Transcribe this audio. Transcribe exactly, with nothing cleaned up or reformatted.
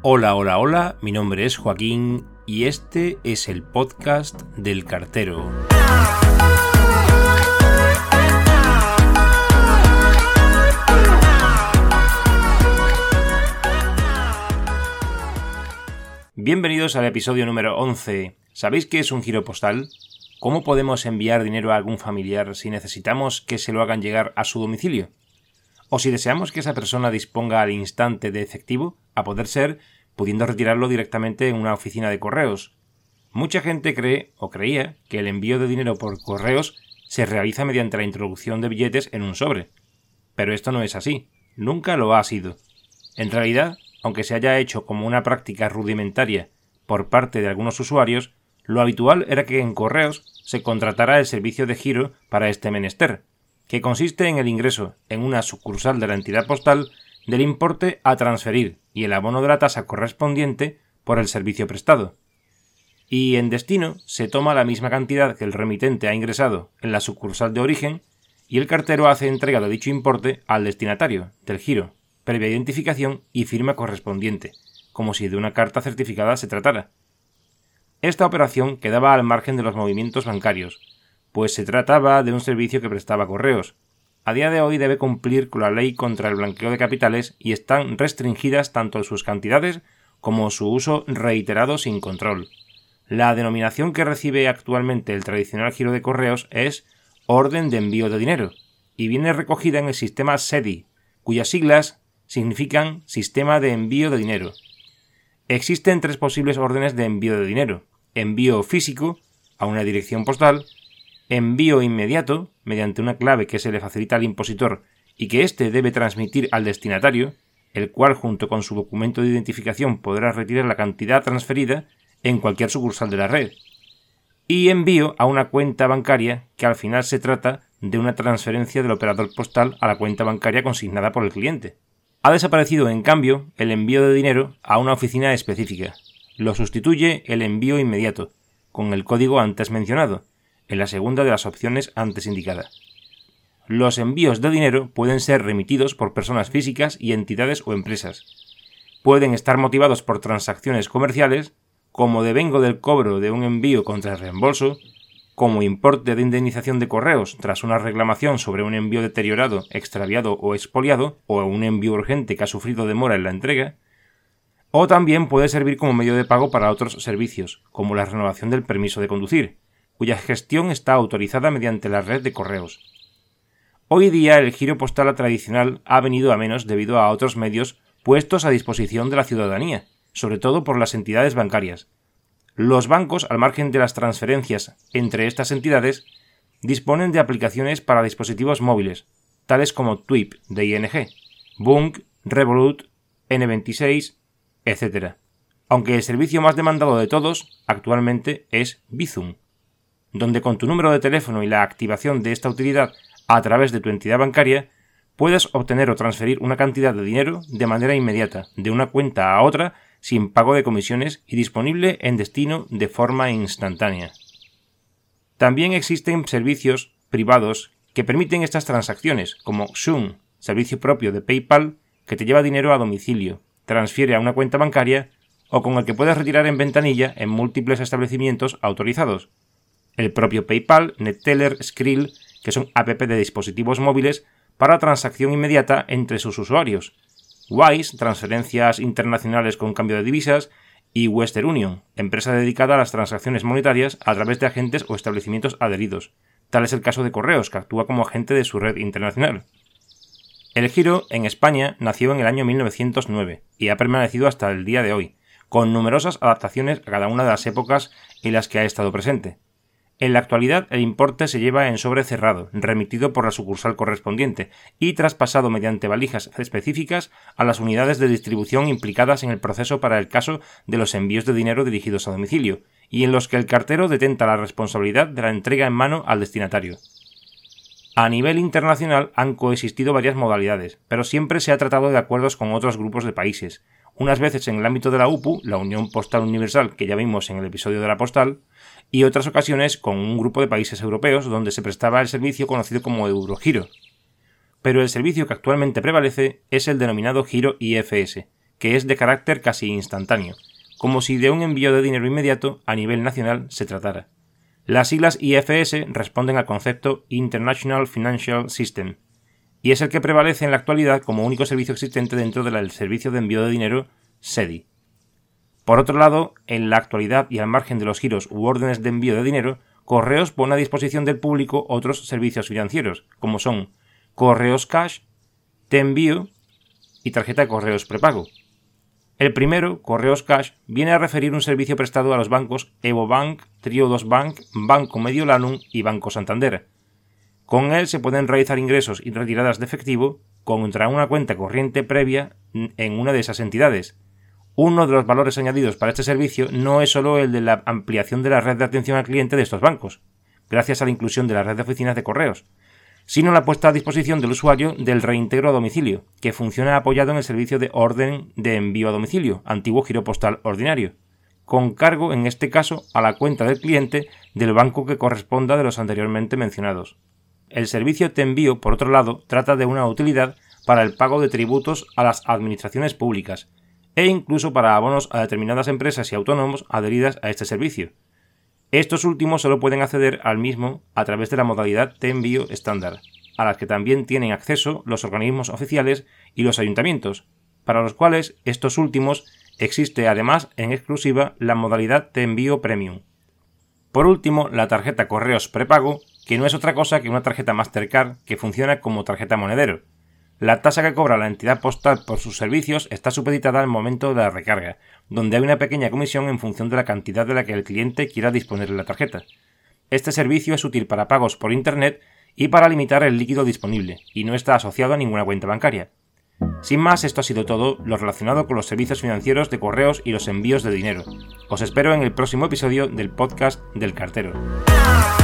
Hola, hola, hola, mi nombre es Joaquín y este es el podcast del cartero. Bienvenidos al episodio número once. ¿Sabéis qué es un giro postal? ¿Cómo podemos enviar dinero a algún familiar si necesitamos que se lo hagan llegar a su domicilio? O si deseamos que esa persona disponga al instante de efectivo, a poder ser, pudiendo retirarlo directamente en una oficina de correos. Mucha gente cree o creía que el envío de dinero por correos se realiza mediante la introducción de billetes en un sobre. Pero esto no es así, nunca lo ha sido. En realidad, aunque se haya hecho como una práctica rudimentaria por parte de algunos usuarios, lo habitual era que en correos se contratara el servicio de giro para este menester, que consiste en el ingreso en una sucursal de la entidad postal del importe a transferir y el abono de la tasa correspondiente por el servicio prestado. Y en destino se toma la misma cantidad que el remitente ha ingresado en la sucursal de origen y el cartero hace entrega de dicho importe al destinatario del giro, previa identificación y firma correspondiente, como si de una carta certificada se tratara. Esta operación quedaba al margen de los movimientos bancarios, pues se trataba de un servicio que prestaba correos. A día de hoy debe cumplir con la ley contra el blanqueo de capitales y están restringidas tanto sus cantidades como su uso reiterado sin control. La denominación que recibe actualmente el tradicional giro de correos es Orden de Envío de Dinero y viene recogida en el sistema S E D I, cuyas siglas significan Sistema de Envío de Dinero. Existen tres posibles órdenes de envío de dinero: envío físico a una dirección postal, envío inmediato, mediante una clave que se le facilita al impositor y que éste debe transmitir al destinatario, el cual junto con su documento de identificación podrá retirar la cantidad transferida en cualquier sucursal de la red, y envío a una cuenta bancaria, que al final se trata de una transferencia del operador postal a la cuenta bancaria consignada por el cliente. Ha desaparecido, en cambio, el envío de dinero a una oficina específica. Lo sustituye el envío inmediato, con el código antes mencionado, en la segunda de las opciones antes indicadas. Los envíos de dinero pueden ser remitidos por personas físicas y entidades o empresas. Pueden estar motivados por transacciones comerciales, como devengo del cobro de un envío contra reembolso, como importe de indemnización de correos tras una reclamación sobre un envío deteriorado, extraviado o expoliado, o un envío urgente que ha sufrido demora en la entrega, o también puede servir como medio de pago para otros servicios, como la renovación del permiso de conducir, cuya gestión está autorizada mediante la red de correos. Hoy día el giro postal tradicional ha venido a menos debido a otros medios puestos a disposición de la ciudadanía, sobre todo por las entidades bancarias. Los bancos, al margen de las transferencias entre estas entidades, disponen de aplicaciones para dispositivos móviles, tales como Twip de I N G, Bunk, Revolut, ene veintiséis, etcétera. Aunque el servicio más demandado de todos actualmente es Bizum, donde con tu número de teléfono y la activación de esta utilidad a través de tu entidad bancaria, puedes obtener o transferir una cantidad de dinero de manera inmediata, de una cuenta a otra, sin pago de comisiones y disponible en destino de forma instantánea. También existen servicios privados que permiten estas transacciones, como Xoom, servicio propio de PayPal que te lleva dinero a domicilio, transfiere a una cuenta bancaria o con el que puedes retirar en ventanilla en múltiples establecimientos autorizados. El propio PayPal, Neteller, Skrill, que son app de dispositivos móviles para transacción inmediata entre sus usuarios, Wise, transferencias internacionales con cambio de divisas, y Western Union, empresa dedicada a las transacciones monetarias a través de agentes o establecimientos adheridos. Tal es el caso de Correos, que actúa como agente de su red internacional. El giro en España nació en el año mil novecientos nueve y ha permanecido hasta el día de hoy, con numerosas adaptaciones a cada una de las épocas en las que ha estado presente. En la actualidad, el importe se lleva en sobre cerrado, remitido por la sucursal correspondiente y traspasado mediante valijas específicas a las unidades de distribución implicadas en el proceso para el caso de los envíos de dinero dirigidos a domicilio, y en los que el cartero detenta la responsabilidad de la entrega en mano al destinatario. A nivel internacional han coexistido varias modalidades, pero siempre se ha tratado de acuerdos con otros grupos de países, unas veces en el ámbito de la U P U, la Unión Postal Universal, que ya vimos en el episodio de la postal, y otras ocasiones con un grupo de países europeos donde se prestaba el servicio conocido como Eurogiro. Pero el servicio que actualmente prevalece es el denominado giro I F S, que es de carácter casi instantáneo, como si de un envío de dinero inmediato a nivel nacional se tratara. Las siglas I F S responden al concepto International Financial System, y es el que prevalece en la actualidad como único servicio existente dentro del servicio de envío de dinero S E D I. Por otro lado, en la actualidad y al margen de los giros u órdenes de envío de dinero, Correos pone a disposición del público otros servicios financieros, como son Correos Cash, Te Envío y tarjeta de correos prepago. El primero, Correos Cash, viene a referir un servicio prestado a los bancos Evo Bank, Triodos Bank, Banco Mediolanum y Banco Santander. Con él se pueden realizar ingresos y retiradas de efectivo contra una cuenta corriente previa en una de esas entidades. Uno de los valores añadidos para este servicio no es solo el de la ampliación de la red de atención al cliente de estos bancos, gracias a la inclusión de la red de oficinas de correos, sino la puesta a disposición del usuario del reintegro a domicilio, que funciona apoyado en el servicio de orden de envío a domicilio, antiguo giro postal ordinario, con cargo, en este caso, a la cuenta del cliente del banco que corresponda de los anteriormente mencionados. El servicio Te Envío, por otro lado, trata de una utilidad para el pago de tributos a las administraciones públicas, e incluso para abonos a determinadas empresas y autónomos adheridas a este servicio. Estos últimos solo pueden acceder al mismo a través de la modalidad Te Envío estándar, a las que también tienen acceso los organismos oficiales y los ayuntamientos, para los cuales estos últimos existe además en exclusiva la modalidad Te Envío Premium. Por último, la tarjeta Correos Prepago, que no es otra cosa que una tarjeta Mastercard que funciona como tarjeta monedero. La tasa que cobra la entidad postal por sus servicios está supeditada al momento de la recarga, donde hay una pequeña comisión en función de la cantidad de la que el cliente quiera disponer de la tarjeta. Este servicio es útil para pagos por Internet y para limitar el líquido disponible, y no está asociado a ninguna cuenta bancaria. Sin más, esto ha sido todo lo relacionado con los servicios financieros de correos y los envíos de dinero. Os espero en el próximo episodio del podcast del Cartero.